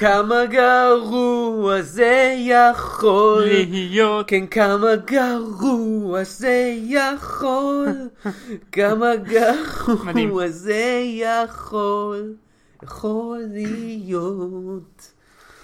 כמה גרוע זה יכול להיות. כן, כמה גרוע זה יכול כמה גרוע זה יכול להיות.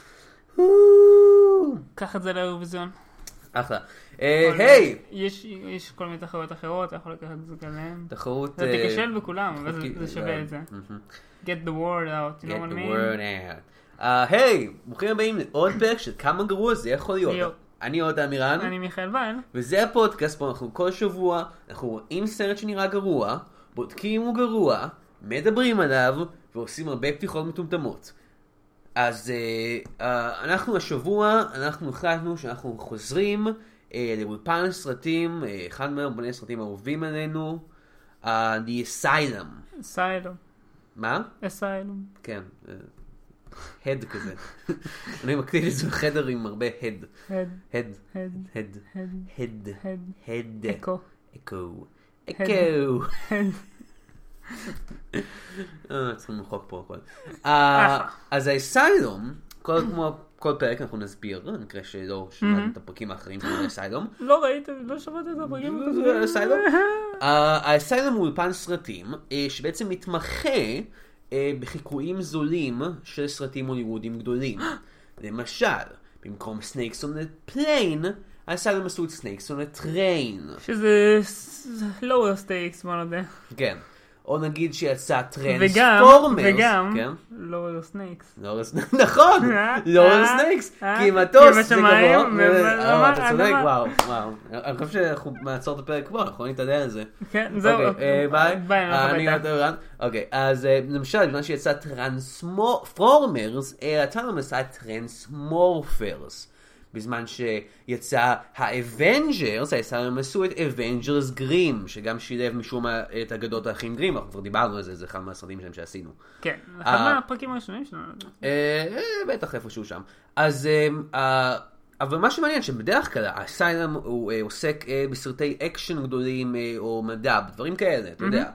קח את זה לאירוויזיון. אחלה. היי! יש כל מיני תחרויות אחרות, אתה יכול לקחת את זה כאלה. תחרות... אתה תיכשל בכולם, אבל זה שווה את זה. Get the word out, you know what I mean? Get the word out. היי! ברוכים הבאים לעוד פרק של כמה גרוע זה יכול להיות. אני עוד אמירן. אני מיכאל וייל. וזה הפודקאסט פה, אנחנו כל שבוע, אנחנו רואים סרט שנראה גרוע, בודקים הוא גרוע, מדברים עליו, ועושים הרבה פתיחות מטומטמות. אז אנחנו השבוע, אנחנו החלטנו שאנחנו חוזרים לאולפן הסרטים, אחד מאולפני הסרטים האהובים עלינו, The Asylum. Asylum. מה? Asylum. כן, הד כזה. אני מקליט את זה בחדר עם הרבה הד. הד. אקו. צריכים למחוק פה הכל. אז האסיילום, כמו כל פרק אנחנו נסביר, במקרה שלא שמעתם את הפרקים האחרים של האסיילום. לא ראיתם, לא שמעתם את הפרקים האסיילום. האסיילום הוא אולפן סרטים שבעצם מתמחה בחיקויים זולים של סרטים הוליוודיים גדולים. למשל, במקום Snakes on a Plane, האסיילום עשו את Snakes on a Train. שזה lower stakes, מה נדע. כן. או נגיד שיצא טרנספורמרס. וגם, lower snakes. נכון, lower snakes. כי מטוס זה גבוה. אתה צודק, וואו. אני חושב שאנחנו נעצור את הפרק פה, אנחנו נתעדל על זה. כן, זהו. ביי. אני יותר. אוקיי, אז למשל, בגלל שיצא טרנספורמרס, האסיילום עשה טרנסמורפרס. בזמן שיצא האבנג'רס, האסיילום עשו את אבנג'רס גרים, שגם שילב משום מה את אגדות האחים גרים, אנחנו כבר דיברנו על זה, זה אחד מהסרטים שלהם שעשינו. כן, אחד מהפרקים הראשונים שלנו. בטח איפשהו שם. אז, אבל מה שמעניין שבדרך כלל האסיילום הוא עוסק בסרטי אקשן גדולים או מדע, דברים כאלה, אתה יודע.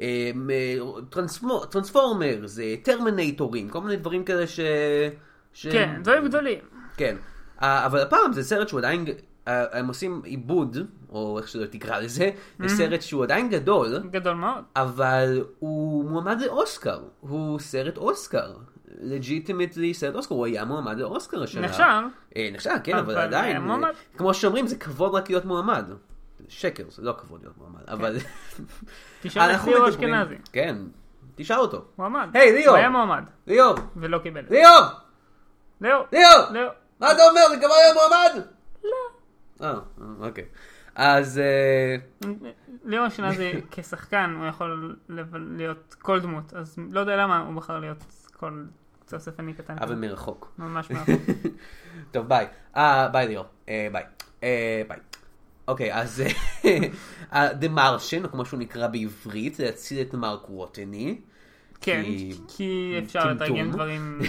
טרנספורמרס, טרמינטורים, כל מיני דברים כאלה כן, דברים גדולים. כן. אבל הפעם זה סרט שהוא עדיין, הם עושים עיבוד, או איך שלא תקרא לזה, זה סרט שהוא עדיין גדול. גדול מאוד. אבל הוא מועמד לאוסקר. הוא סרט אוסקר. לגיטימטלי סרט אוסקר. הוא היה מועמד לאוסקר השנה. נחשב, כן, אבל עדיין. כמו שאומרים, זה כבוד רק להיות מועמד. שקר, זה לא כבוד להיות מועמד. אבל... תשאל את ליאור אשכנזי. כן, תשאל אותו. מועמד. היי, ליאור. הוא היה מועמד. ליאור. ולא קיבל. ליאור! ליאור! מה אתה אומר? זה כבר היה מועמד? לא. אוקיי. אז... ליאור אשכנזי כשחקן הוא יכול להיות כל דמות, אז לא יודע למה הוא בחר להיות כל צפצפני קטן. אבל מרחוק. ממש מרחוק. טוב, ביי. ביי ליאור. ביי. אוקיי, אז... The Martian, כמו שהוא נקרא בעברית, להציל את מרק ווטני. כן, כי אפשר לתרגם דברים...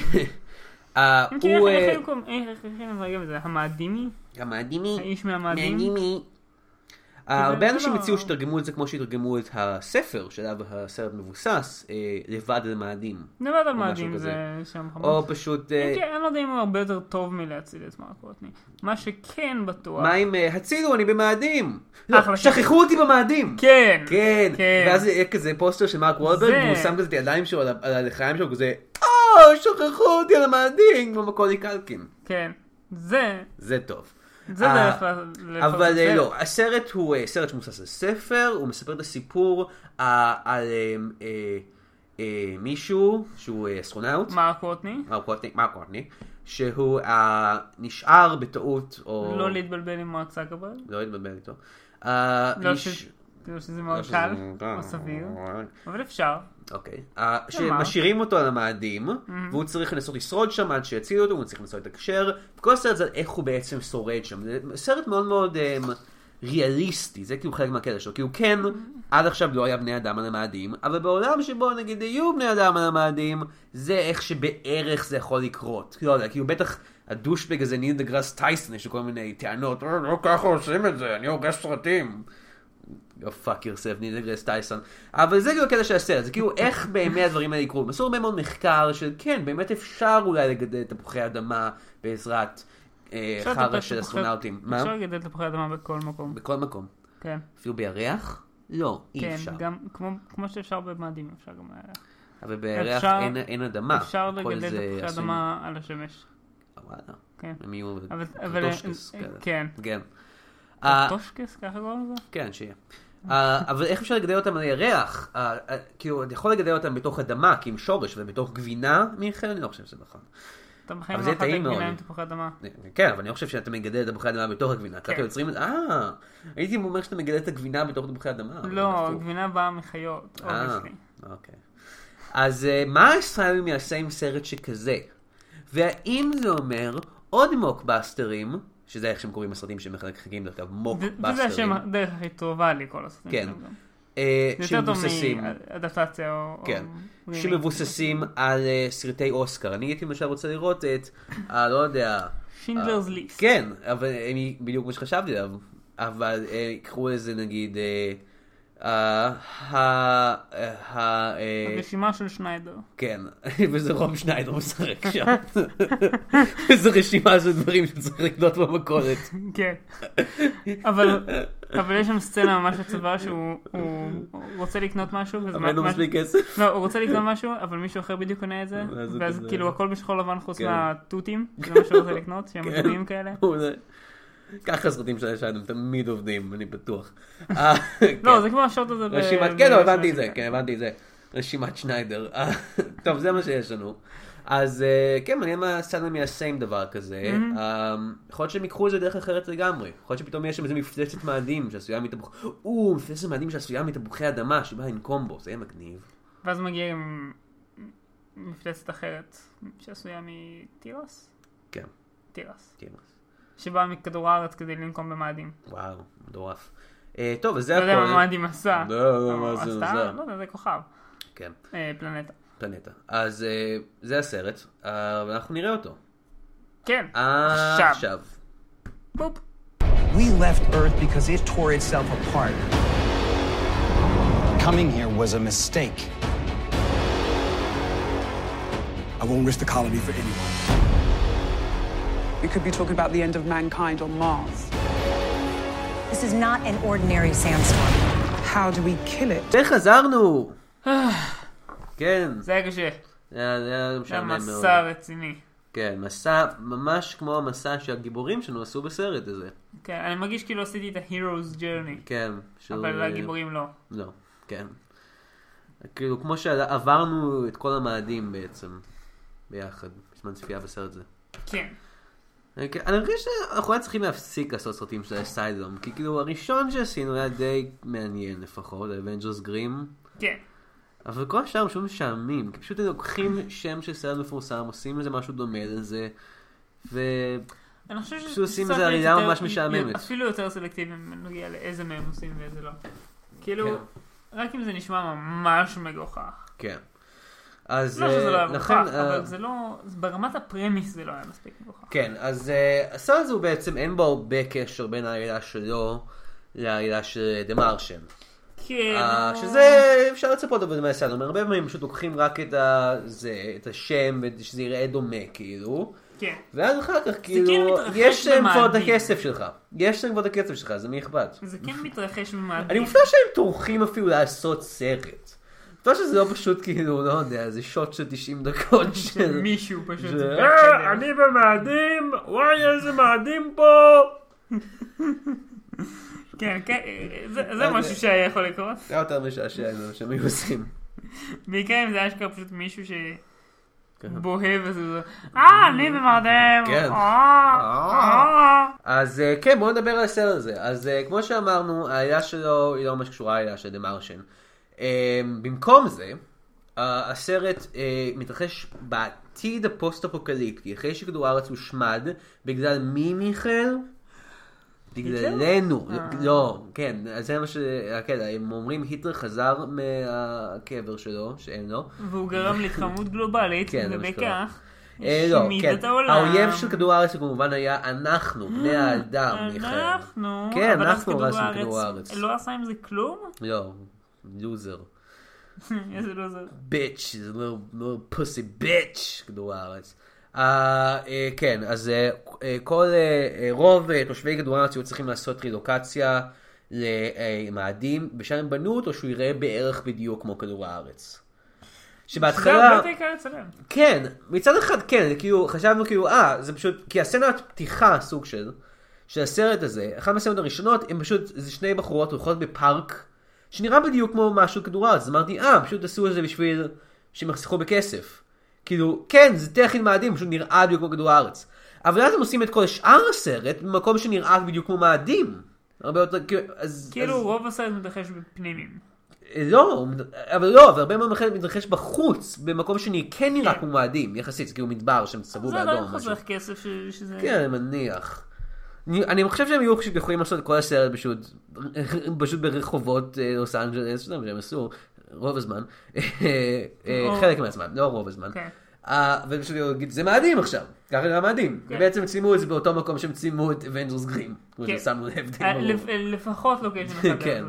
איך נתרגם את זה? המאדימי? האיש מהמאדימי? הרבה אנשים הציעו שתרגמו את זה כמו שתרגמו את הספר שעליו הסרט מבוסס, לבד על מאדים. לבד על מאדים זה שם חמוד. או פשוט... אני לא יודע אם הוא הרבה יותר טוב מלהציל את מרק ווטני. מה שכן בטוח... מה אם הצילו אני במאדים? שכחו אותי במאדים! כן! ואז יהיה כזה פוסטר של מרק וולברג והוא שם כזה את הידיים שלו על הלחיים שלו כזה שכחו אותי על המאדים כמו מקולי קלקין. כן. זה טוב. זה דרך אבל לא, הסרט הוא סרט שמבוסס על ספר, הוא מספר את הסיפור על מישהו שהוא אסטרונאוט. מרק ווטני. שהוא נשאר בטעות או... לא להתבלבל עם מרק צקרברג. לא להתבלבל איתו. שזה מאוד קל או סביר, אבל אפשר. אוקיי. שמשאירים אותו על המאדים, והוא צריך לנסות לשרוד שם עד שיצילו אותו, הוא צריך לנסות לתקשר. וכל הסרט זה איך הוא בעצם שורד שם. זה סרט מאוד מאוד ריאליסטי, זה כאילו חלק מהקטע שלו. כי הוא כן, עד עכשיו לא היה בני אדם על המאדים, אבל בעולם שבו נגיד יהיו בני אדם על המאדים, זה איך שבערך זה יכול לקרות. לא יודע, כי הוא בטח... הדושבג הזה ניל דגראס טייסון, יש לו כל מיני טענות, לא ככה עושים את זה, אני הוגש סרטים. go fuck yourself, ניל דגרס טייסון. אבל זה כאילו הקטע של הסרט, זה כאילו איך באמת הדברים האלה יקרו. מסור הרבה מאוד מחקר של כן, באמת אפשר אולי לגדל תפוחי אדמה בעזרת חרא של אסטרונאוטים. אפשר לגדל תפוחי אדמה בכל מקום. בכל מקום. כן. אפילו בירח? לא, אי אפשר. כן, גם כמו שאפשר במאדים, אפשר גם בירח. אבל בירח אין אדמה. אפשר לגדל תפוחי אדמה על השמש. וואלה. כן. הם יהיו טושקס. כן. כן. טושקס, ככה קוראים לזה? כן, שיהיה. אבל איך אפשר לגדל אותם על הירח? כאילו, אתה יכול לגדל אותם בתוך אדמה, כי עם שורש, ובתוך גבינה, מיכאל, אני לא חושב שזה נכון. אתה בחיים לא אחת גבינה עם תפוחי אדמה. כן, אבל אני לא חושב שאתה מגדל את תפוחי אדמה בתוך הגבינה. ככה יוצרים את הייתי אומר שאתה מגדל את הגבינה בתוך תפוחי אדמה. לא, גבינה באה מחיות. אוקיי. אז מה הישראלים יעשה עם סרט שכזה? והאם זה אומר עוד מוקבאסטרים, שזה איך שהם קוראים בסרטים שמחלקים דרך כלל מוקבאסטרים. וזה השם הדרך הכי טובה לי כל הסרטים. כן. שמבוססים. אדפטציה או... כן. שמבוססים על סרטי אוסקר. אני הייתי למשל רוצה לראות את, לא יודע... שינדלרס ליסט. כן, אבל בדיוק מה שחשבתי עליו. אבל יקחו איזה נגיד... הרשימה של שניידר. כן, וזה רוב שניידר משחק שם. וזו רשימה של דברים שצריך לקנות במכולת. כן. אבל יש שם סצנה ממש עצובה שהוא רוצה לקנות משהו. אבל אין לו מספיק כסף. לא, הוא רוצה לקנות משהו, אבל מישהו אחר בדיוק קונה את זה. ואז כאילו הכל בשחור לבן חוץ מהטוטים. זה מה שהוא רוצה לקנות, שהם מדהים כאלה. ככה סרטים של שיידום תמיד עובדים, אני בטוח. לא, זה כמו השוט הזה. כן, לא, הבנתי את זה. רשימת שניידר. טוב, זה מה שיש לנו. אז כן, מעניין מה סטנלם יעשה עם דבר כזה. יכול להיות שהם יקחו את זה דרך אחרת לגמרי. יכול להיות שפתאום יש שם איזה מפלצת מאדים שעשויה מפלצת מאדים שעשויה מתפוחי אדמה שבאה עם קומבו, זה יהיה מגניב. ואז מגיע עם מפלצת אחרת שעשויה מתירס? כן. תירס. שבא מכדור הארץ כדי לנקום במאדים. וואו, מדורף. טוב, אז זה הכל. לא יודע מה מאדים עשה. לא, מה זה עשה. לא יודע, זה כוכב. כן. פלנטה. אז זה הסרט, ואנחנו נראה אותו. כן, עכשיו. בופ. We left Earth because it tore itself apart. Coming here was a mistake. I won't risk the colony for anyone. We could be talking about the end of mankind on Mars. This is not an ordinary sandstorm. How do we kill it? וחזרנו! כן. זה היה קשה. זה מסע רציני. כן, מסע ממש כמו המסע שהגיבורים שלנו עשו בסרט הזה. כן, אני מרגיש כאילו עשיתי את ה-Hero's Journey. כן. אבל הגיבורים לא. לא, כן. כאילו כמו שעברנו את כל המאדים בעצם, ביחד, בזמן צפייה בסרט זה. כן. אני חושב שאנחנו היה צריכים להפסיק לעשות סרטים של אסיידום, כי כאילו הראשון שעשינו היה די מעניין לפחות, Avengers Grimm. כן. אבל כל השאר משהו משעמים, כי פשוט הם לוקחים שם של סרט מפורסם, עושים לזה משהו דומה לזה, פשוט עושים לזה עלילה ממש משעממת. אפילו יותר סלקטיביים נוגע לאיזה מהם עושים ואיזה לא. כאילו, רק אם זה נשמע ממש מגוחך. כן. אז לא שזה לא היה מגוחך, אבל זה לא, ברמת הפרמיס זה לא היה מספיק מגוחך. כן, אז הסרט הזה הוא בעצם, אין בו הרבה קשר בין העלילה שלו לעלילה של The Martian. כן. שזה אפשר לצפות אבל מהסרט, הרבה פעמים פשוט לוקחים רק את השם ושזה יראה דומה כאילו. כן. ואז אחר כך כאילו, יש להם כבר את הכסף שלך. זה מי אכפת. זה כן מתרחש במאדים. אני מופתע שהם טורחים אפילו לעשות סרט. מופתע שזה לא פשוט כאילו, לא יודע, זה שוט של 90 דקות של... מישהו פשוט... אני במאדים, וואי איזה מאדים פה. כן, זה משהו שהיה יכול לקרות. זה יותר משעשע, שהם היו עושים. בעיקר אם זה היה שקרה פשוט מישהו שבוהה וזה... אני במאדים. כן. אז כן, בואו נדבר על הסרט הזה. אז כמו שאמרנו, העלילה שלו היא לא ממש קשורה לעלילה של The Martian. במקום זה, הסרט מתרחש בעתיד הפוסט-אפוקליפטי, אחרי שכדור הארץ הושמד, בגלל מי מיכאל? בגללנו. לא, כן, זה מה הם אומרים, היטלר חזר מהקבר שלו, שאין לו. והוא גרם להתחממות גלובלית, ובכך לא, השמיד כן. את העולם. האויב של כדור הארץ כמובן היה אנחנו, בני האדם, מיכאל. אנחנו? כן, אבל אז אנחנו הרסנו את כדור הארץ. לא עשה עם זה כלום? לא, לוזר. איזה לוזר. ביץ', זה לא פוסי ביץ', כדור הארץ. כן, אז רוב תושבי כדור הארץ היו צריכים לעשות רילוקציה למאדים, ושם הם בנו אותו שהוא יראה בערך בדיוק כמו כדור הארץ. שבהתחלה... זה הרבה יותר לצלם. כן, מצד אחד כן, כאילו, חשבנו כאילו, זה פשוט, כי הסצנת פתיחה, סוג של הסרט הזה, אחת מהסצנות הראשונות, הם פשוט, זה שני בחורות הולכות בפארק, שנראה בדיוק כמו משהו כדור הארץ, אז אמרתי, פשוט עשו את זה בשביל שהם יחסכו בכסף. כאילו, כן, זה טכנית מאדים, פשוט נראה בדיוק כמו כדור הארץ. אבל אז הם עושים את כל שאר הסרט, במקום שנראה בדיוק כמו מאדים. הרבה יותר, כאילו, רוב הסרט מתרחש בפנימים. לא, אבל הרבה מאוד מתרחש בחוץ, במקום כן נראה כמו מאדים, יחסית, זה כאילו מדבר שהם צבעו באדום. זה לא חוסך כסף שזה... כן, אני מניח. אני חושב שהם יהיו יכולים לעשות את כל הסרט פשוט ברחובות לוס אנג'לס, שהם עשו רוב הזמן, חלק מהזמן, לא רוב הזמן. ופשוט יגיד, זה מאדים עכשיו, ככה נראה מאדים. ובעצם צילמו את זה באותו מקום שהם צילמו את אבנג'רס גרים, כמו ששמנו לב. לפחות לוקיישן אחד. כן.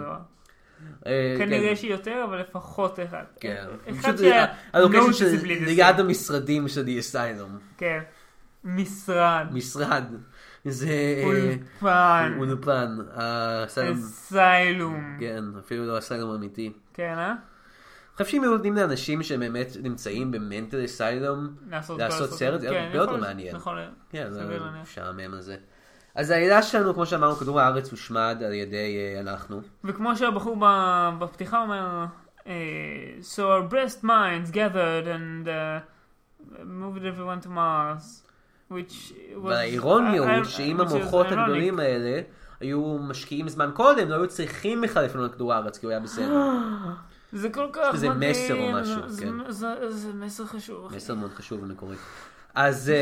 כנראה שהיא יותר, אבל לפחות אחד. כן. אחד שהיה הלוקיישן ליד המשרדים של די אסיילום. כן. משרד. זה... אולפן. אסיילום. כן, אפילו לא אסיילום אמיתי. כן, אני חושב שאם היו נותנים לאנשים שבאמת נמצאים במנטל אסיילום לעשות סרט, זה הרבה יותר מעניין. כן, זה משעמם הזה. אז העילה שלנו, כמו שאמרנו, כדור הארץ הושמד על ידי אנחנו. וכמו שהבחור בפתיחה אומר, so our best minds gathered and moved everyone to Mars, which was... והאירוניה הוא שאם המוחות הגדולים האלה היו משקיעים זמן קודם, לא היו צריכים בכלל לפנות לכדור הארץ, כי הוא היה בסדר. זה כל כך מדהים. זה מסר או משהו, כן. זה מסר חשוב. מסר מאוד חשוב ומקורי. אז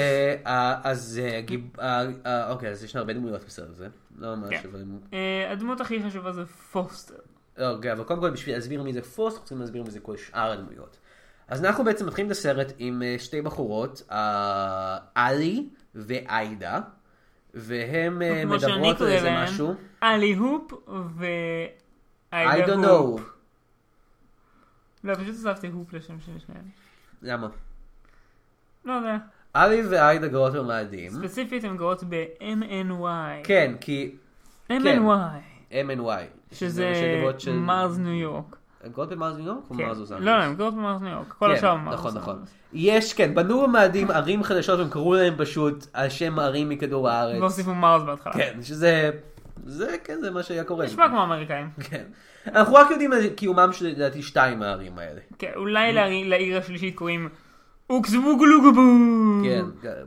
אוקיי, אז יש הרבה דמויות בסרט הזה. לא ממש, אבל... הדמות הכי חשובה זה פוסטר. אוקיי, אבל קודם כל בשביל להסביר מי זה פוסטר, צריכים להסביר מי זה כל שאר הדמויות. אז אנחנו בעצם מתחילים את הסרט עם שתי בחורות, אלי ואיידה, והן מדברות על איזה משהו. אלי הופ ואיידה הופ. I don't know. לא, פשוט עזבתי הופ לשם שלהם. למה? לא יודע. אלי ואיידה גרות במאדים. ספציפית הן גרות ב-MNY. כן, כי... MNY. שזה מרז ניו יורק. הן גרות במרז ניו יורק? לא, הן גרות במרז ניו יורק. כל השאר מרז. נכון. יש, כן, בנו במאדים ערים חדשות, הם קראו להם פשוט על שם ערים מכדור הארץ. והוסיפו מרז בהתחלה. כן, שזה... זה מה שהיה קורה. נשמע כמו אמריקאים. כן. אנחנו רק יודעים על קיומם של לדעתי 2 הערים האלה. כן, אולי לעיר השלישית קוראים אוקסבוגלוגבו. כן.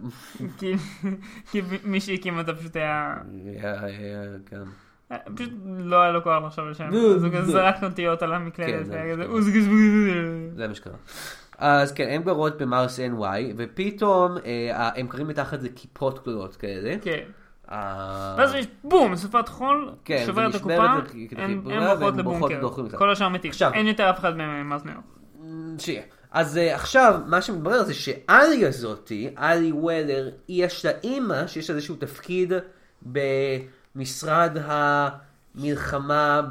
כי מי שהקים אותה פשוט היה... כן. פשוט לא היה לו כוח לחשוב על שם. אז הוא זרק נוטיות על המקלדת. זה מה שקרה. אז כן, הם גרות במרס NY, ופתאום הם קרים מתחת לכיפות גדולות כאלה. כן. ואז יש בום, סופת חול, שובר את הקופה, הן הולכות לבונקר. כל השאר מתים. אין יותר אף אחד ממרז ניו יורק. אז עכשיו, מה שמתברר זה שאלי הזאתי, אלי וולר, יש לה אימא שיש איזשהו תפקיד במשרד המלחמה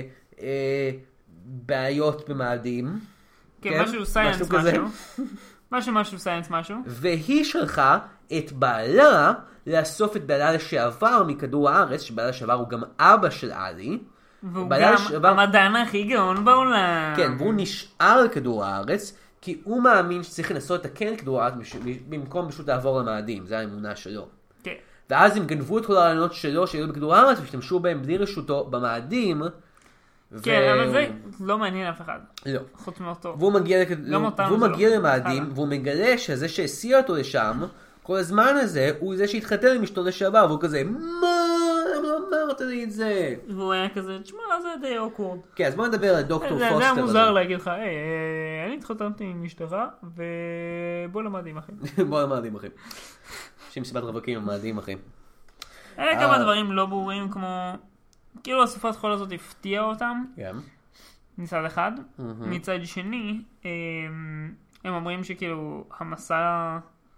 בבעיות במאדים. כן, משהו סיינס משהו. משהו. והיא שלחה את בעלה לאסוף את בעלה לשעבר מכדור הארץ, שבעלה לשעבר הוא גם אבא של אלי. והוא גם המדען הכי גאון בעולם. כן, והוא נשאר לכדור הארץ, כי הוא מאמין שצריך לנסות לתקן כדור הארץ במקום פשוט לעבור למאדים, זו האמונה שלו. כן. ואז הם גנבו את כל הרעיונות שלו שהיו בכדור הארץ, והשתמשו בהם בלי רשותו במאדים. כן, אבל זה לא מעניין אף אחד. לא. חוץ מאותו. והוא מגיע למאדים, והוא מגלה שזה שהסיע אותו לשם, כל הזמן הזה, הוא זה שהתחתן עם אשתו לשעבר, והוא כזה, מה? לא אמרת לי את זה. והוא היה כזה, תשמע, זה די אוקוורד. כן, אז בוא נדבר על דוקטור פוסטר. זה היה מוזר להגיד לך, אני התחתנתי עם אשתך, ובוא למאדים אחי. בוא למאדים אחי. יש מסיבת רווקים עם מאדים אחי. היה כמה דברים לא ברורים, כמו, כאילו הסופת חול הזאת הפתיעה אותם. כן. מצד אחד. מצד שני, הם אומרים שכאילו המסע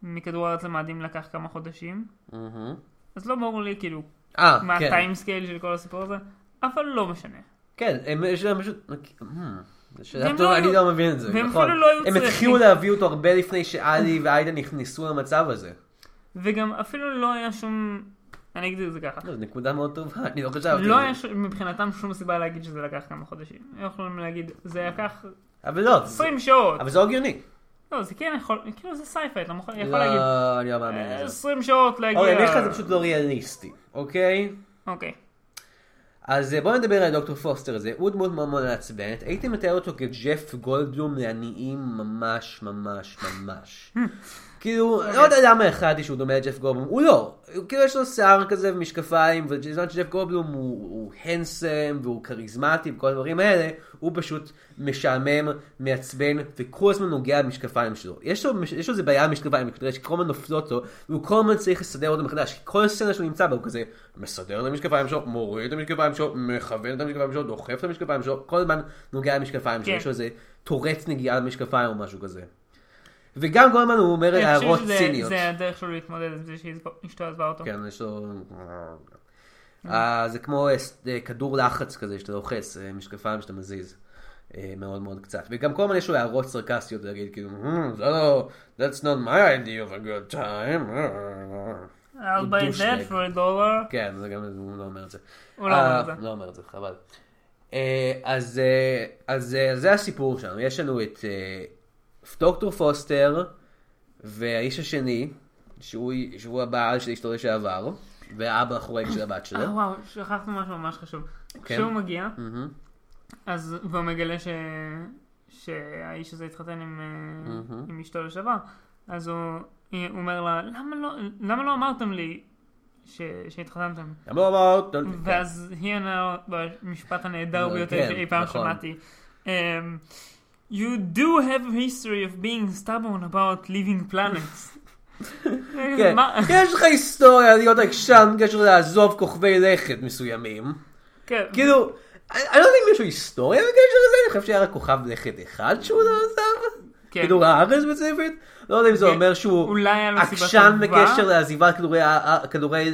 מכדור הארץ למאדים לקח כמה חודשים. אז לא ברור לי כאילו מה כן. הטיים סקייל של כל הסיפור הזה, אבל לא משנה. כן, יש להם פשוט... לא אני לא מבין את זה, והם נכון. אפילו לא היו הם צריכים. התחילו להביא אותו הרבה לפני שאלי ואיידה נכנסו למצב הזה. וגם אפילו לא היה שום... אני אגיד את זה ככה. זו נקודה מאוד טובה, אני לא חשבתי. לא היה מבחינתם שום סיבה להגיד שזה לקח כמה חודשים. הם יכולים להגיד, זה לקח אבל לא, 20 שעות. אבל זה הגיוני. לא, זה כן יכול, כאילו זה סייפיי, אתה יכול להגיד לא, אני לא מאמין לזה. 20 שעות להגיע... אוקיי, לך זה פשוט לא ריאליסטי, אוקיי? אוקיי. אז בואו נדבר על דוקטור פוסטר הזה, הוא דמות מאוד מאוד מעצבנת, הייתי מתאר אותו כג'ף גולדבלום לעניים ממש ממש ממש. כאילו, לא יודע למה החלטתי שהוא דומה לג'ף גולדבלום, הוא לא, כאילו יש לו שיער כזה ומשקפיים, ובזמן שג'ף גולדבלום הוא הנסם והוא כריזמטי וכל הדברים האלה, הוא פשוט משעמם, מעצבן, וכל הזמן נוגע במשקפיים שלו. יש לו איזה בעיה במשקפיים, שכל הזמן נופלות לו, והוא כל הזמן צריך לסדר אותו מחדש, כל סצנה שהוא נמצא בה הוא כזה מסדר את המשקפיים שלו, מוריד את המשקפיים שלו, מכוון את המשקפיים שלו, דוחף את המשקפיים שלו, כל הזמן נוגע במשקפיים שלו, יש לו איזה טורץ נגיעה במשקפיים או משהו כזה. וגם כל הזמן הוא אומר הערות ציניות. זה הדרך שלו להתמודד עם זה שאשתו עזבה אותו. כן, יש לו... זה כמו כדור לחץ כזה שאתה לוחץ, משקפיים שאתה מזיז. מאוד מאוד קצת. וגם כל הזמן יש לו הערות סרקסטיות להגיד כאילו, that's not my idea of a good time. I'll buy that for $1. כן, זה גם, הוא לא אומר את זה. הוא לא אומר את זה. לא אומר את זה, חבל. אז זה הסיפור שלנו. יש לנו את דוקטור פוסטר, והאיש השני, שהוא הבעל של אשתו לשעבר, והאבא החורג של הבת שלו. וואו, שכחנו משהו ממש חשוב. כשהוא מגיע, אז והוא מגלה שהאיש הזה התחתן עם אשתו לשעבר, אז הוא אומר לה, למה לא אמרתם לי שהתחתנתם? למה לא אמרתם? ואז היא ענה במשפט הנהדר ביותר שאי פעם שמעתי. You do have a history of being stubborn about leaving planets. כן, יש לך היסטוריה להיות עקשן בקשר לעזוב כוכבי לכת מסוימים. כן. כאילו, אני לא יודע אם יש לו היסטוריה בקשר לזה, אני חושב שהיה רק כוכב לכת אחד שהוא לא עזב. כדור הארץ ספציפית. לא יודע אם זה אומר שהוא עקשן בקשר לעזיבת כדורי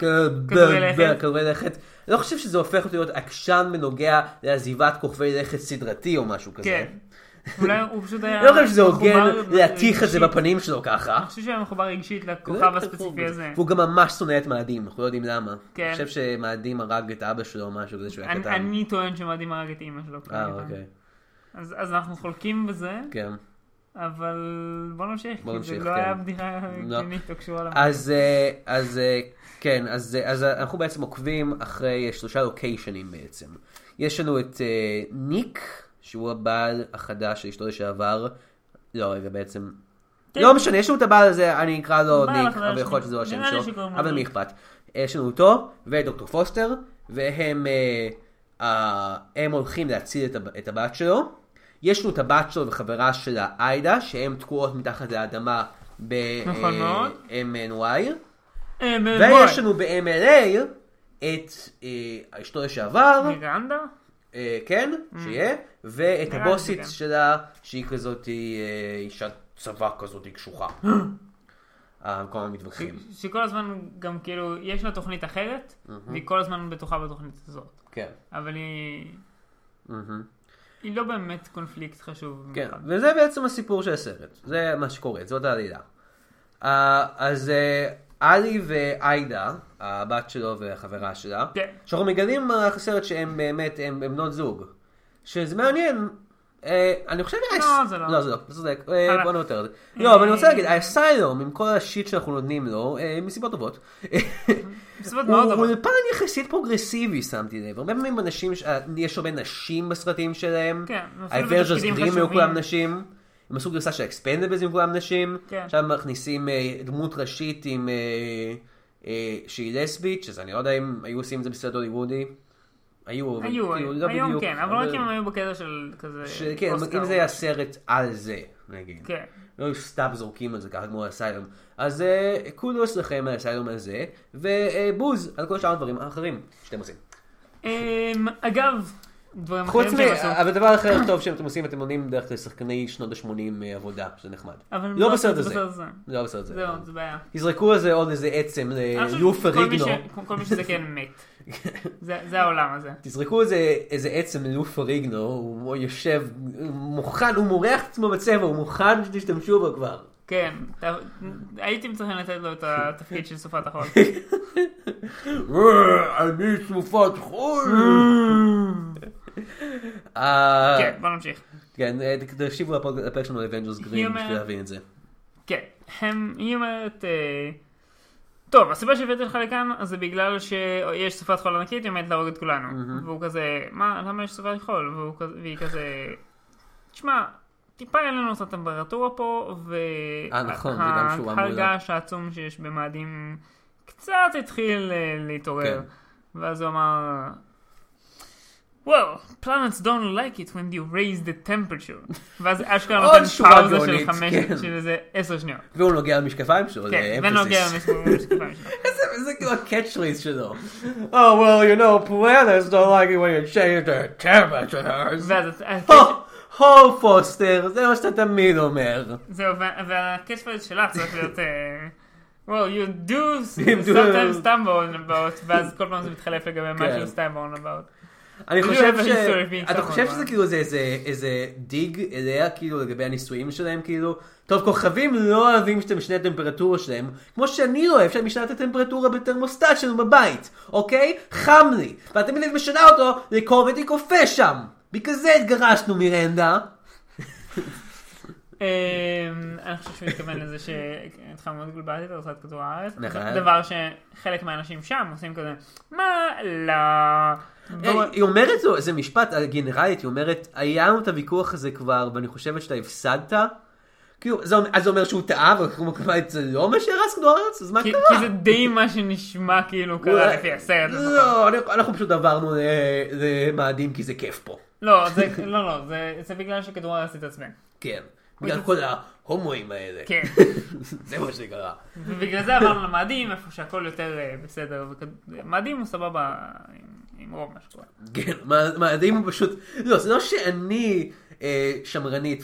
לכת. אני לא חושב שזה הופך להיות עקשן בנוגע לעזיבת כוכבי לכת סדרתי או משהו כזה. כן. אולי הוא פשוט היה... אני לא חושב שזה הוגן להתיך את זה בפנים שלו ככה. אני חושב שהיה מחובר רגשית לכוכב הספציפי הזה. והוא גם ממש שונא את מאדים, אנחנו לא יודעים למה. כן. אני חושב שמאדים הרג את אבא שלו או משהו כזה שהוא היה קטן. אני טוען שמאדים הרג את אמא שלו. אוקיי. אז אנחנו חולקים בזה. כן. אבל בוא נמשיך, כי זה לא היה בדיחה גנית או קשורה למה. אז כן, אז אנחנו בעצם עוקבים אחרי 3 לוקיישנים בעצם. יש לנו את ניק, שהוא הבעל החדש של אשתו לשעבר. לא, רגע, בעצם... לא משנה, יש לנו את הבעל הזה, אני אקרא לו ניק, אבל יכול להיות שזה לא השם שלו, אבל מי אכפת. יש לנו אותו, ודוקטור פוסטר, והם הולכים להציל את הבת שלו. יש לנו את הבת שלו וחברה שלה, איידה, שהן תקועות מתחת לאדמה ב-MNY. ויש לנו ב-MLA את אשתו לשעבר. מירנדה? כן, שיהיה. ואת הבוסית שלה, שהיא כזאת אישה צבא כזאת קשוחה. כל הזמן מתווכחים. שכל הזמן גם כאילו, יש לה תוכנית אחרת, והיא כל הזמן בטוחה בתוכנית הזאת. כן. אבל היא לא באמת קונפליקט חשוב. כן, וזה בעצם הסיפור של הסרט. זה מה שקורה, זאת העלילה. אז אלי ואיידה, הבת שלו והחברה שלה, שאנחנו מגלים בסרט שהם באמת, הם בנות זוג. שזה מעניין. אני חושב... לא, זה לא. זה צודק. בוא נותר את זה. לא, אבל אני רוצה להגיד, האסיילום, עם כל השיט שאנחנו נותנים לו, מסיבות טובות, הוא לפן יחסית פרוגרסיבי, שמתי לב. הרבה פעמים אנשים, יש הרבה נשים בסרטים שלהם. האברג'רס גרים היו כולם נשים. הם עשו גרסה של אקספנדבלס עם כולם נשים. עכשיו מכניסים דמות ראשית עם... שהיא לסבית, שזה אני לא יודע אם היו עושים את זה בסרט הוליוודי. היו, היום כן, אבל רק אם הם היו בקטע של כזה... כן, אם זה היה סרט על זה, נגיד. כן. לא סתם זורקים על זה ככה כמו הסיילום. אז קולוס לכם על הסיילום הזה, ובוז על כל שאר הדברים האחרים שאתם עושים. אגב, דברים אחרים שהם עשו. אבל דבר אחר טוב שאתם עושים, אתם עונים דרך לשחקני שנות ה-80 עבודה, שזה נחמד. לא בסרט הזה. לא בסרט הזה. זהו, זה בעיה. יזרקו על זה עוד איזה עצם, לופה ריגנו. כל מי שזה כן מת. זה העולם הזה. תזרקו איזה עצם לופה ריגנו, הוא יושב, מוכן, הוא מורח את עצמו בצבע, הוא מוכן שתשתמשו בו כבר. כן, הייתם צריכים לתת לו את התפקיד של סופת החול. אני סופת חול. כן, בוא נמשיך. כן, תקשיבו לפרק שלנו לאבנג'רס גרים בשביל להבין את זה. כן, היא אומרת... טוב, הסיבה שהבאתי לך לכאן זה בגלל שיש סופת חול ענקית, היא עומדת להרוג את כולנו. והוא כזה, מה, למה יש סופת חול? והיא כזה, תשמע, טיפה אין לנו את הטמפרטורה פה, וההרגש העצום שיש במאדים קצת התחיל להתעורר. ואז הוא אמר, well, planets don't like it when you raise the temperature. ואז אשכרה נותן פאוזה של איזה 10 שניות. והוא נוגע על משקפיים שלו, זה אמפסיס. כן, ונוגע על משקפיים שלו. זה כאילו הקאץ' פרייז שלו. Oh, well, you know, planets don't like it when you change their temperatures. הו, פוסטר, זה מה שאתה תמיד אומר. זהו, והקאץ' פרייז שלה צריך להיות... well, you do sometimes stumble about, ואז כל פעם זה מתחלף לגבי מה שהוא stumble about. אתה חושב שזה כאילו איזה דיג אליה כאילו לגבי הניסויים שלהם כאילו, טוב, כוכבים לא אוהבים שאתה משנה את הטמפרטורה שלהם, כמו שאני לא אוהב שאני משנה את הטמפרטורה בטרמוסטט שלנו בבית, אוקיי? חם לי, ואתה תמיד משנה אותו לקובד קופא שם, בגלל זה התגרשנו מירנדה. אני חושב שהוא התכוון לזה שהתחלנו מאוד גלובלית על רצת כדור הארץ, דבר שחלק מהאנשים שם עושים כזה, מה לא... היא אומרת לו, איזה משפט גנרלית, היא אומרת, היה לנו את הוויכוח הזה כבר, ואני חושבת שאתה הפסדת, אז זה אומר שהוא טעה, זה לא מה שהרס כדור הארץ, אז מה קרה? כי זה די מה שנשמע כאילו קרה לפי הסרט. לא, אנחנו פשוט עברנו למאדים כי זה כיף פה. לא, זה בגלל שכדור הארץ התעצבן. כן, בגלל כל ההומואים האלה. כן. זה מה שקרה. ובגלל זה עברנו למאדים, איפה שהכל יותר בסדר, מאדים הוא סבבה עם רוב מה שקורה. כן, מאדים הוא פשוט, לא, זה לא שאני שמרנית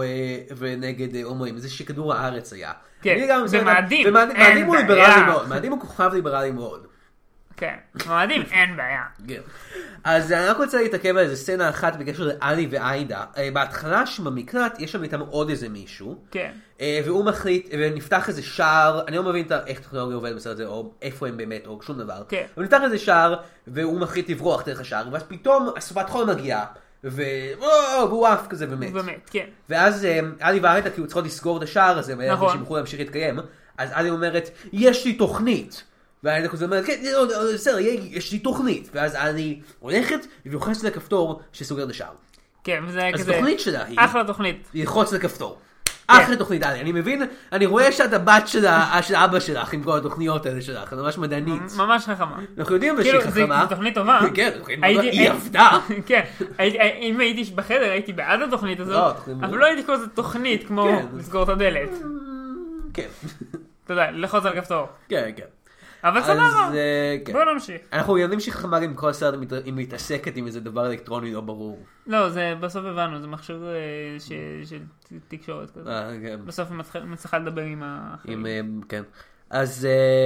ונגד הומואים, זה שכדור הארץ היה. כן, זה מאדים. מאדים הוא ליברלי מאוד, מאדים הוא כוכב ליברלי מאוד. כן, מאדים אין בעיה. אז אני רק רוצה להתעכב על איזה סצנה אחת בקשר לאלי ואיידה. בהתחלה שבמקלט יש שם איתם עוד איזה מישהו. כן. והוא מחליט, ונפתח איזה שער, אני לא מבין איך טכנולוגיה עובדת בסרט הזה, או איפה הם באמת, או שום דבר. כן. ונפתח איזה שער, והוא מחליט לברוח דרך השער, ואז פתאום הסופת חול מגיעה, והוא עף כזה ומת. ומת, כן. ואז אלי ואיידה כאילו צריכות לסגור את השער הזה, נכון. שהם יוכלו להמשיך להתקיים. אז אלי אומרת, יש לי תוכנית. ואני כזה אומרת, כן, בסדר, יש לי תוכנית. ואז אני הולכת ולוחצת לכפתור שסוגר את השער. כן, וזה היה כזה... אז התוכנית שלה היא... אחלה תוכנית. ללחוץ לכפתור. אחלה תוכנית, אני מבין, אני רואה שאת הבת של אבא שלך עם כל התוכניות האלה שלך, זה ממש מדענית. ממש חכמה. אנחנו יודעים שהיא חכמה. זו תוכנית טובה. כן, היא עבדה. כן, אם הייתי בחדר הייתי בעד התוכנית הזאת, אבל לא הייתי כל זה תוכנית כמו לסגור את הדלת. כן. אתה יודע, ללחוץ על כפתור. כן, כן. אבל סבבה, בוא נמשיך. אנחנו יודעים שחכמה עם כל הסרט היא מתעסקת עם איזה דבר אלקטרוני לא ברור. לא, זה בסוף הבנו, זה מכשיר של תקשורת כזה. בסוף היא מצליחה לדבר עם האחרים. כן. אז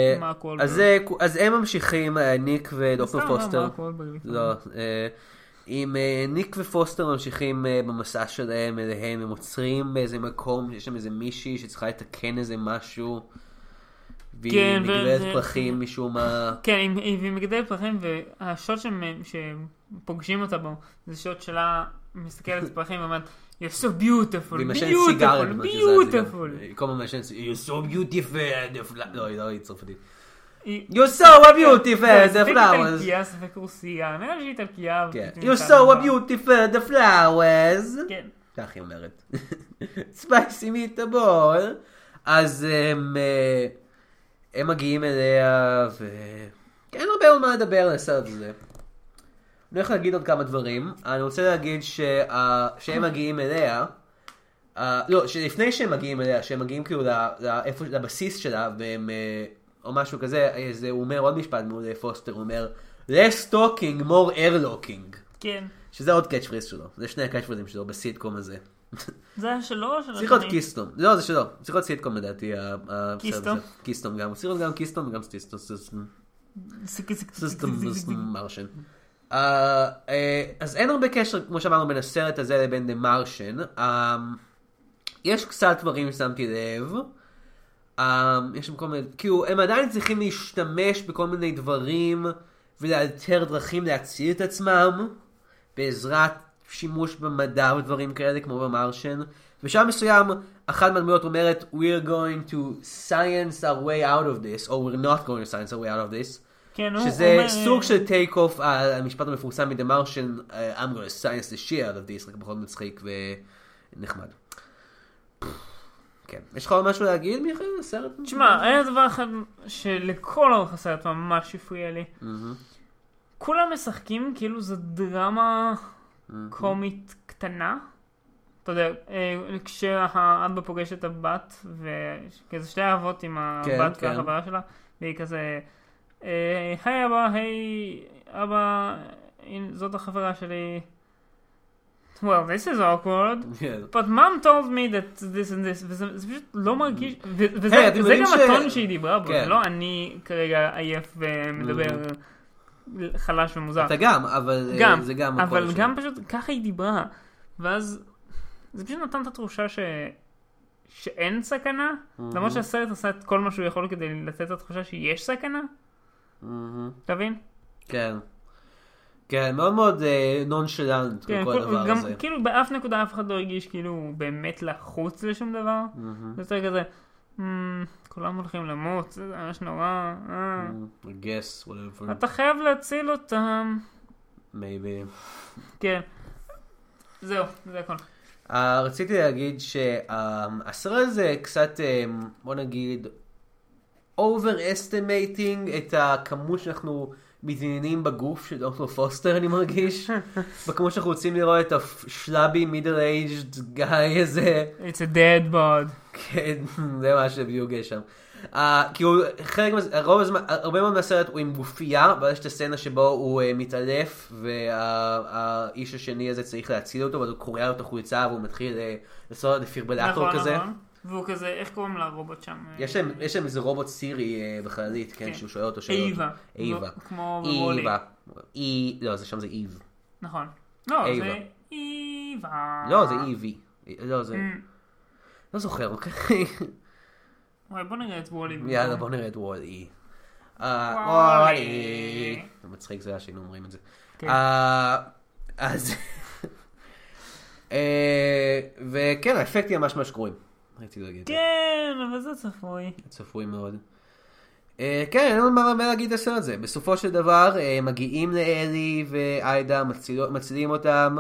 הם ממשיכים, ניק ודוקטור פוסטר. לא, עם ניק ופוסטר ממשיכים במסע שלהם אליהם, הם עוצרים באיזה מקום, יש שם איזה מישהי שצריכה לתקן איזה משהו. והיא מגדלת פרחים משום מה... כן, היא מגדלת פרחים, והשוט שפוגשים אותה בו, זה שוט שלה מסתכלת פרחים ואומרת, you're so beautiful, beautiful, beautiful. כל הזמן you're so beautiful, לא, היא לא צרפתית. You're so beautiful, the flowers. ספק איטלקיה, ספק רוסיה, נראה שהיא איטלקיה. You're so beautiful, the flowers. כן. כך היא אומרת. ספייסי מיטבול. אז הם מגיעים אליה, ואין הרבה עוד מה לדבר על הסרט הזה. אני הולך להגיד עוד כמה דברים. אני רוצה להגיד שהם מגיעים אליה, לא, שלפני שהם מגיעים אליה, שהם מגיעים כאילו לבסיס שלה, והם, או משהו כזה, הוא אומר עוד משפט מול פוסטר, הוא אומר, less talking, more airlocking. כן. שזה עוד קאץ' פריז שלו. זה שני הקאץ' פריזים שלו בסיטקום הזה. זה היה שלו או של צריך להיות קיסטום. לא, זה שלו. צריך להיות סיטקום לדעתי. קיסטום? קיסטום גם. צריך להיות גם קיסטום וגם סיסטום. סיסטום מרשן. אז אין הרבה קשר, כמו שאמרנו, בין הסרט הזה לבין דה מרשן. יש קצת דברים ששמתי לב. יש שם כל מיני, כאילו, הם עדיין צריכים להשתמש בכל מיני דברים ולאלתר דרכים להציל את עצמם בעזרת שימוש במדע ודברים כאלה כמו במרשן. בשלב מסוים אחת מהדמויות אומרת we're going to science our way out of this or we're not going to science our way out of this, כן, שזה סוג של טייק אוף על המשפט המפורסם מדה מרשן I'm going to science the shit out of this, רק פחות מצחיק ונחמד. כן. יש לך עוד משהו להגיד מיכאל? הסרט? תשמע, היה דבר אחד שלכל אורך הסרט ממש הפריע לי. כולם משחקים כאילו זו דרמה קומית קטנה. אתה יודע, כשהאבא פוגש את הבת, וכזה שתי אהבות עם הבת והחברה שלה, והיא כזה, היי אבא, היי אבא, זאת החברה שלי. Well, this is awkward, but mom told me that this and this, וזה פשוט לא מרגיש, וזה גם הטון שהיא דיברה בו, לא אני כרגע עייף ומדבר חלש ומוזר. אתה גם, אבל זה גם הכל אבל גם פשוט ככה היא דיברה, ואז זה פשוט נתן את התחושה שאין סכנה, למרות שהסרט עשה את כל מה שהוא יכול כדי לתת את התחושה שיש סכנה. תבין? כן. כן, מאוד מאוד נונשלנט בכל הדבר הזה. גם כאילו באף נקודה אף אחד לא הרגיש כאילו באמת לחוץ לשום דבר. זה יותר כזה, כולם הולכים למות, זה ממש נורא. I guess, whatever. אתה חייב להציל אותם. Maybe. כן. זהו, זה הכל. רציתי להגיד שהסרט הזה קצת, בוא נגיד, overestimating את הכמות שאנחנו מתעניינים בגוף של דוקטור פוסטר, אני מרגיש. בכמות שאנחנו רוצים לראות את השלאבי middle-aged guy הזה. It's a dead bod. כן, זה מה שבדיוק יש שם. כאילו, הרבה מאוד מהסרט הוא עם גופייה, ואז יש את הסצנה שבו הוא מתעלף, והאיש השני הזה צריך להציל אותו, ואז הוא קורא לו את החולצה, והוא מתחיל לעשות דפיברילטור כזה. נכון. והוא כזה, איך קוראים לרובוט שם? יש להם איזה רובוט סירי בחללית, כן, שהוא שואל אותו איבה. איבה. כמו בוולי. לא, שם זה איב. נכון. לא, זה איבה. לא, זה איבי. לא, זה... לא זוכר, אוקיי? וואי, בוא נראה את וולי. יאללה, בוא נראה את וולי. וולי. זה מצחיק, זה היה שהיינו אומרים את זה. אז... וכן, האפקטים ממש ממש גרועים. כן, אבל זה צפוי. צפוי מאוד. כן, אין לנו מה להגיד על הסרט הזה. בסופו של דבר, מגיעים לאלי ואיידה, מצילים אותם.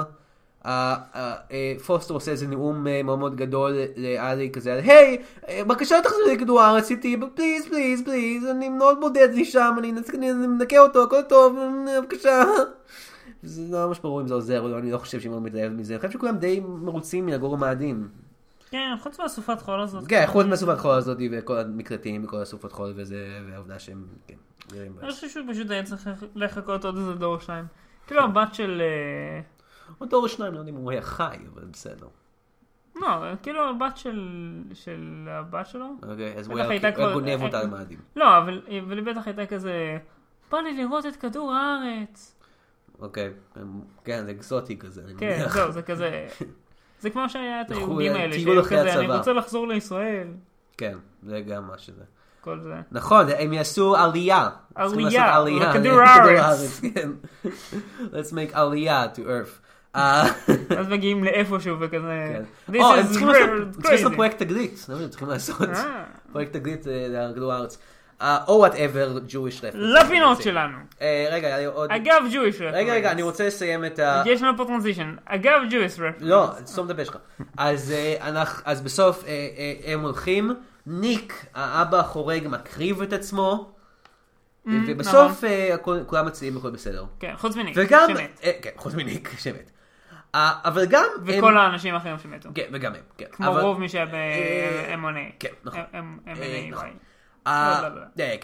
פוסטר עושה איזה נאום מאוד מאוד גדול לאלי כזה, היי, בבקשה תחזור לכדור הארץ איתי, פליז, פליז, פליז, אני מאוד בודד לי שם, אני מנקה אותו, הכל טוב, בבקשה. זה לא ממש ברור אם זה עוזר, אני לא חושב שהם מאוד מתלהב מזה. אני חושב שכולם די מרוצים מהגור המאדים. כן, חוץ מהסופת חול הזאת. כן, חוץ מהסופת חול הזאת וכל המקלטים וכל הסופת חול וזה, והעובדה שהם, כן. אני חושב שהוא פשוט היה צריך לחכות עוד איזה דור שניים. כאילו הבת של... עוד דור שניים, לא יודעים אם הוא היה חי, אבל בסדר. לא, כאילו הבת של הבת שלו. אוקיי, אז הוא היה גונב אותה למאדים. לא, אבל היא בטח הייתה כזה, בא לי לראות את כדור הארץ. אוקיי, כן, זה אקזוטי כזה. כן, זהו, זה כזה... זה כמו שהיה את היהודים האלה, שהם כזה, אני רוצה לחזור לישראל. כן, זה גם מה שזה. כל זה. נכון, הם יעשו עלייה. עלייה, לכדור הארץ. Let's make עלייה to earth. אז מגיעים לאיפשהו וכזה. צריכים לעשות פרויקט תגלית. צריכים לעשות פרויקט תגלית לכדור הארץ. או whatever Jewish reference. לפינות שלנו. רגע, היה עוד... אגב Jewish reference. רגע, אני רוצה לסיים את ה... יש לנו פה טרנזישן. אגב Jewish reference. לא, סתום את הפה שלך. אז בסוף הם הולכים, ניק, האבא החורג, מקריב את עצמו, ובסוף כולם מציעים הכל בסדר. כן, חוץ מניק, שמת. כן, חוץ מניק, שמת. אבל גם... וכל האנשים האחרים שמתו. כן, וגם הם. כמו רוב מי שהיה ב-M1A. כן, נכון. M1A. כן.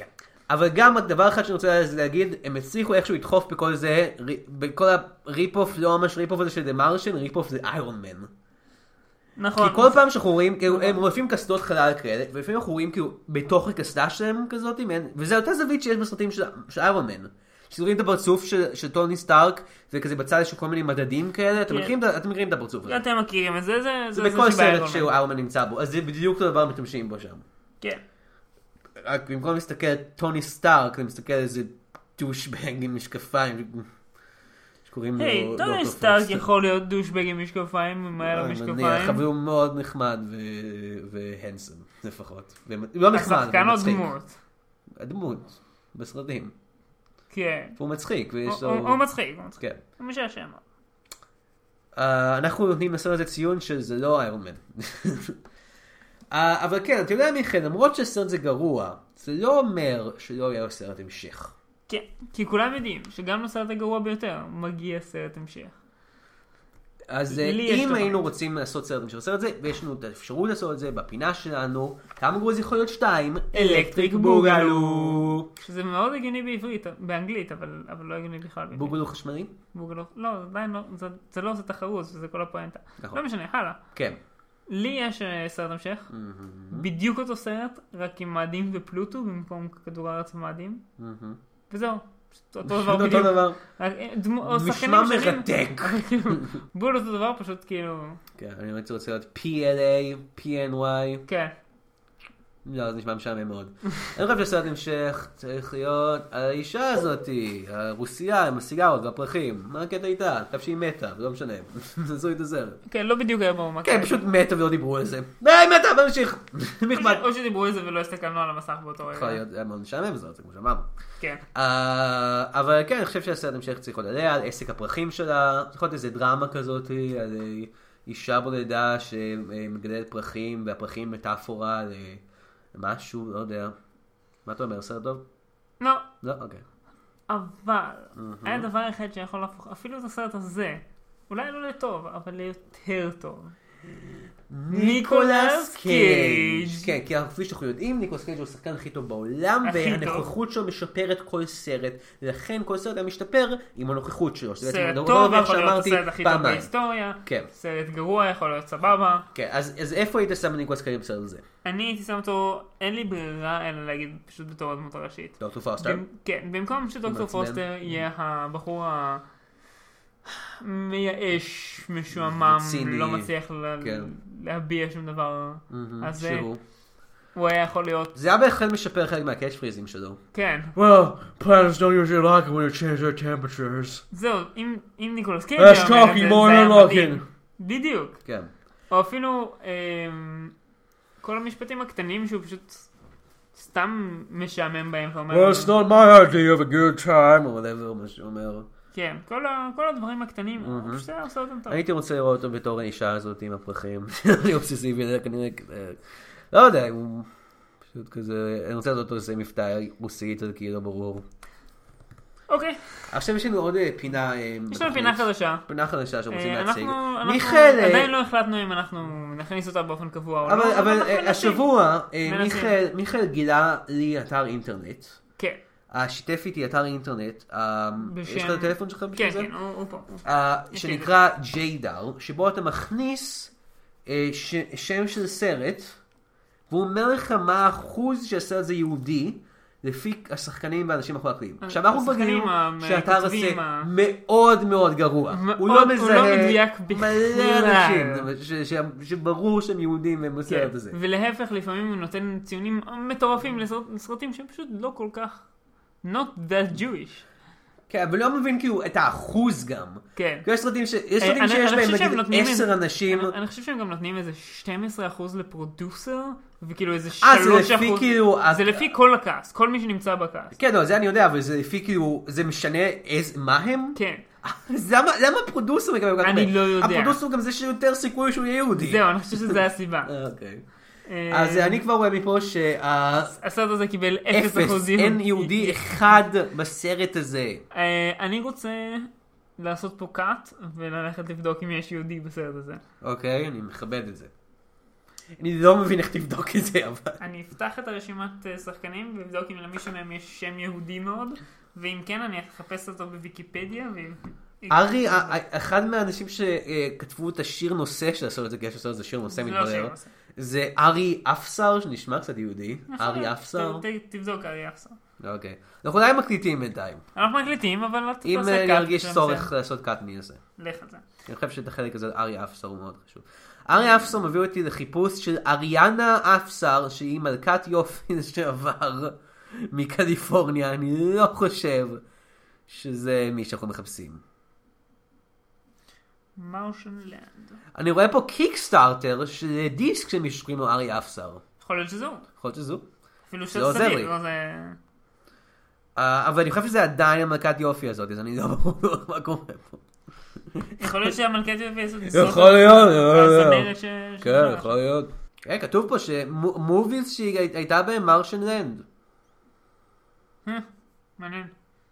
אבל גם הדבר אחד שאני רוצה להגיד, הם הצליחו איכשהו לדחוף בכל זה, בכל הריפ-אוף, לא ממש ריפ-אוף הזה של דה מרשן, ריפ-אוף זה איירון מן. נכון. כי כל פעם שאנחנו רואים, הם מופיעים קסדות חלל כאלה, ולפעמים אנחנו רואים כאילו בתוך הקסדה שלהם כזאת, וזה אותה זווית שיש בסרטים של איירון מן. שרואים את הפרצוף של טוני סטארק, וכזה בצד יש כל מיני מדדים כאלה, אתם מכירים את הפרצוף הזה. אתם מכירים את זה, זה בכל סרט שאיירון מן נמצא בו, אז זה בדיוק אותו דבר משתמשים בו שם. כן. רק במקום להסתכל על טוני סטארק, אני מסתכל על איזה דושבג עם משקפיים, שקוראים לו... היי, טוני סטארק יכול להיות דושבג עם משקפיים, עם היה לו משקפיים. אבל הוא מאוד נחמד והנסם, לפחות. לא נחמד, השחקן או דמות? הדמות, בסרטים. כן. הוא מצחיק. הוא מצחיק. כן. הוא משעשע. אנחנו נותנים לסרט הזה ציון שזה לא איירון מן. אבל כן, אתה יודע מיכאל, למרות שהסרט זה גרוע, זה לא אומר שלא יהיה לו סרט המשך. כן, כי כולם יודעים שגם לסרט הגרוע ביותר מגיע סרט המשך. אז אם היינו רוצים לעשות סרט המשך לסרט זה, ויש לנו את האפשרות לעשות את זה בפינה שלנו, כמה גרוע זה יכול להיות 2, אלקטריק בוגלו. שזה מאוד הגיוני בעברית, באנגלית, אבל לא הגיוני בכלל בעברית. בוגלו חשמלי? בוגלו, לא, עדיין לא, זה לא עושה תחרות, זה כל הפואנטה. לא משנה, הלאה. כן. לי יש סרט המשך, בדיוק אותו סרט, רק עם מאדים ופלוטו במקום כדור הארץ ומאדים, וזהו, אותו דבר בדיוק. משמע מרתק. בול אותו דבר, פשוט כאילו... כן, אני רוצה להיות PLA, PNY. כן. לא, זה נשמע משעמם מאוד. אני חושב שסרט המשך צריך להיות על האישה הזאת, הרוסיה עם הסיגרות והפרחים. מה הקטע איתה? חושב שהיא מתה, לא משנה. זו את הסרט. כן, לא בדיוק היה בו. כן, פשוט מתה ולא דיברו על זה. די, מתה, בוא נמשיך. או שדיברו על זה ולא הסתכלנו על המסך באותו רגע. יכול להיות, היה מאוד משעמם זה, כמו שאמרנו. כן. אבל כן, אני חושב שהסרט המשך צריך להיות עליה, על עסק הפרחים שלה. צריך להיות איזה דרמה כזאת, על אישה בודדה שמגדלת פרחים, והפרחים מטאפורה משהו, לא יודע. מה אתה אומר, סרט טוב? לא. לא? אוקיי. אבל, היה דבר אחד שיכול להפוך, אפילו את הסרט הזה, אולי לא לטוב, אבל ליותר טוב. ניקולס קייג'. כן, כי כפי שאנחנו יודעים, ניקולס קייג' הוא השחקן הכי טוב בעולם, והנוכחות שלו משפרת כל סרט, לכן כל סרט היה משתפר עם הנוכחות שלו. סרט טוב יכול להיות הסרט הכי טוב בהיסטוריה, סרט גרוע יכול להיות סבבה. כן, אז איפה היית שם ניקולס קייג' בסרט הזה? אני הייתי שם אותו, אין לי ברירה אלא להגיד פשוט בתור הדמות הראשית. דוקטור פוסטר? כן, במקום שדוקטור פוסטר יהיה הבחור מייאש, משועמם, לא מצליח להביע שום דבר. אז הוא היה יכול להיות... זה היה בהחלט משפר חלק מהקאץ' פריזים שלו. כן. Well, planets don't usually like it when you change their temperatures. זהו, אם ניקולס קייג' היה אומר את זה, זה היה מדהים. בדיוק. כן. או אפילו כל המשפטים הקטנים שהוא פשוט סתם משעמם בהם. Well, it's not my idea of a good time, או whatever, מה שאומר. כן, כל הדברים הקטנים, הוא פשוט היה עושה אותם טוב. הייתי רוצה לראות אותו בתור האישה הזאת עם הפרחים. אני אובססיבי, כנראה, לא יודע, הוא פשוט כזה, אני רוצה לעשות אותו איזה מבטא רוסית, זה כאילו ברור. אוקיי. עכשיו יש לנו עוד פינה... יש לנו פינה חדשה. פינה חדשה שרוצים להציג. מיכאל... עדיין לא החלטנו אם אנחנו נכניס אותה באופן קבוע או לא. אבל השבוע מיכאל גילה לי אתר אינטרנט. כן. שיתף איתי אתר אינטרנט, יש לך את הטלפון שלך בשביל זה? כן, הוא פה. שנקרא JDAR, שבו אתה מכניס שם של סרט, והוא אומר לך מה האחוז שהסרט זה יהודי, לפי השחקנים והאנשים החולקים. עכשיו אנחנו כבר גילים שהאתר הזה מאוד מאוד גרוע. הוא לא מזהה מלא אנשים שברור שהם יהודים והם בסרט הזה. ולהפך לפעמים הוא נותן ציונים מטורפים לסרטים שהם פשוט לא כל כך not that Jewish. כן, אבל לא מבין כאילו את האחוז גם. כן. יש סרטים שיש בהם נגיד 10 אנשים. אני חושב שהם גם נותנים איזה 12% לפרודוסר, וכאילו איזה 3%. זה לפי כאילו... זה לפי כל הקאסט, כל מי שנמצא בקאסט. כן, לא, זה אני יודע, אבל זה לפי כאילו, זה משנה מה הם? כן. למה הפרודוסר מקבל כל כך? אני לא יודע. הפרודוסר גם זה שיותר סיכוי שהוא יהודי. זהו, אני חושב שזה הסיבה. אוקיי. אז אני כבר רואה מפה הסרט הזה קיבל 0%. אין יהודי אחד בסרט הזה. אני רוצה לעשות פה קאט וללכת לבדוק אם יש יהודי בסרט הזה. אוקיי, אני מכבד את זה. אני לא מבין איך תבדוק את זה, אבל... אני אפתח את הרשימת שחקנים ואבדוק אם למישהו מהם יש שם יהודי מאוד, ואם כן אני אחפש אותו בוויקיפדיה. ארי, אחד מהאנשים שכתבו את השיר נושא של הסרט הזה, כי יש הסרט הזה שיר נושא מתברר, זה ארי אפסר, שנשמע קצת יהודי. ארי אפסר. תבדוק ארי אפסר. אוקיי. אנחנו עדיין מקליטים בינתיים. אנחנו מקליטים, אבל לא אם ירגיש צורך לעשות קאט מזה. לך על זה. אני חושב שאת החלק הזה ארי אפסר הוא מאוד חשוב. ארי אפסר מביא אותי לחיפוש של אריאנה אפסר, שהיא מלכת יופי לשעבר מקליפורניה. אני לא חושב שזה מי שאנחנו מחפשים. מרשן לנד. אני רואה פה קיקסטארטר של דיסק של מישהו שקוראים לו ארי אפסר. יכול להיות שזו. יכול להיות שזו. אפילו שסביר. אבל אני חושב שזה עדיין המלכת יופי הזאת, אז אני לא ברור מה קורה פה. יכול להיות שהמלכת יופי הזאת... יכול להיות. כן, יכול להיות. כתוב פה שמוביז שהיא הייתה בהם מרשן לנד. מעניין.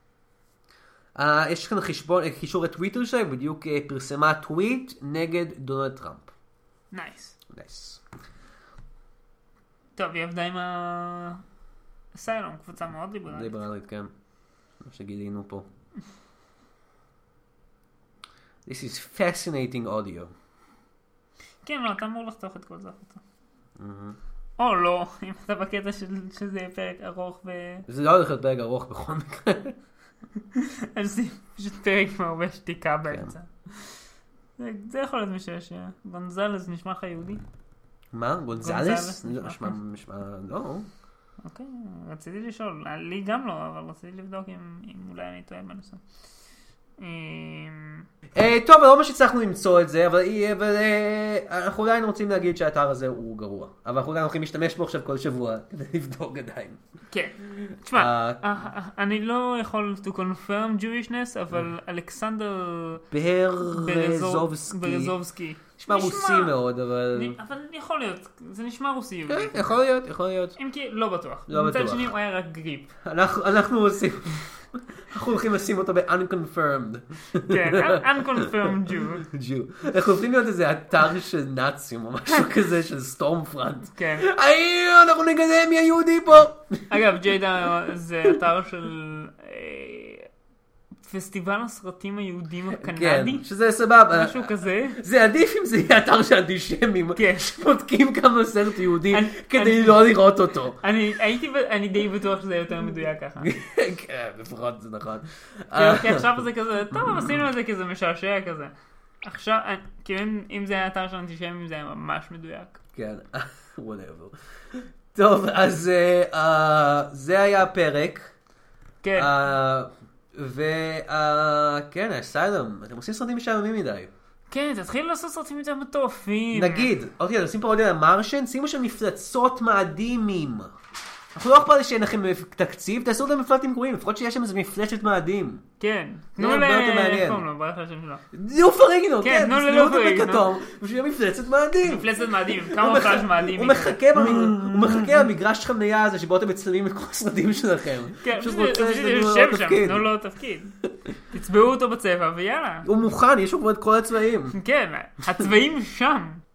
יש כאן קישור לטוויטר שלה, בדיוק פרסמה טוויט נגד דונלד טראמפ. נייס. טוב, היא עבדה עם הסיילום, קבוצה מאוד ליברלית. ליברלית, כן. מה שגילינו פה. This is fascinating audio. כן, לא, אתה אמור לחתוך את כל זה. או לא, אם אתה בקטע שזה פרק ארוך זה לא הולך להיות פרק ארוך בכל מקרה. אז זה פשוט פרק עם הרבה שתיקה באמצע. זה יכול להיות משעשע. גונזלס נשמע לך יהודי? מה? גונזלס? נשמע לא. אוקיי, רציתי לשאול. לי גם לא, אבל רציתי לבדוק אם אולי אני טועה בנושא. טוב, לא ממש הצלחנו למצוא את זה, אבל אנחנו עדיין רוצים להגיד שהאתר הזה הוא גרוע. אבל אנחנו עדיין הולכים להשתמש בו עכשיו כל שבוע כדי לבדוק עדיין. כן. תשמע, אני לא יכול to confirm Jewishness, אבל אלכסנדר ברזובסקי. נשמע רוסי מאוד, אבל... אבל יכול להיות, זה נשמע רוסי יהודי. כן, יכול להיות. אם כי לא בטוח. מצד שני הוא היה רק גריפ. אנחנו עושים... אנחנו הולכים לשים אותו ב-unconfirmed. כן, unconfirmed Jew. אנחנו הולכים להיות איזה אתר של נאצים או משהו כזה של סטורמפרנט. כן. אנחנו נגלה מי היהודי פה. אגב, ג'יידה זה אתר של פסטיבל הסרטים היהודים הקנדי. כן, שזה סבבה. משהו כזה. זה עדיף אם זה יהיה אתר של אנטישמים שבודקים כמה סרט יהודי כדי לא לראות אותו. אני די בטוח שזה יותר מדויק ככה. כן, לפחות זה נכון. כי עכשיו זה כזה, טוב, עשינו את זה כזה משעשע כזה. עכשיו, אם זה היה אתר של אנטישמים זה היה ממש מדויק. כן, whatever. טוב, אז זה היה הפרק. כן. וכן, אסיילום, אתם עושים סרטים משעממים מדי. כן, תתחילו לעשות סרטים יותר מטורפים. נגיד, אוקיי, עושים פה עוד על מרשן, שימו שם מפלצות מאדימים. אנחנו לא אכפת שאין לכם תקציב, תעשו אותם מפלטים גרועים, לפחות שיש שם איזה מפלצת מאדים. כן, תנו איך קוראים לו, ברח לשם שלו. לוף אריגנו, כן, תנו ללוף אריגנו. בכתום, ושיהיה מפלצת מאדים. מפלצת מאדים, כמה מפלצת מאדים. הוא מחכה במגרש חניה הזה שבו אתם מצלמים את כל הסרטים שלכם. כן, פשוט יושב שם, תנו לו תפקיד. תצבעו אותו בצבע ויאללה. הוא מוכן, יש לו כבר את כל הצבעים. כן, הצבעים שם.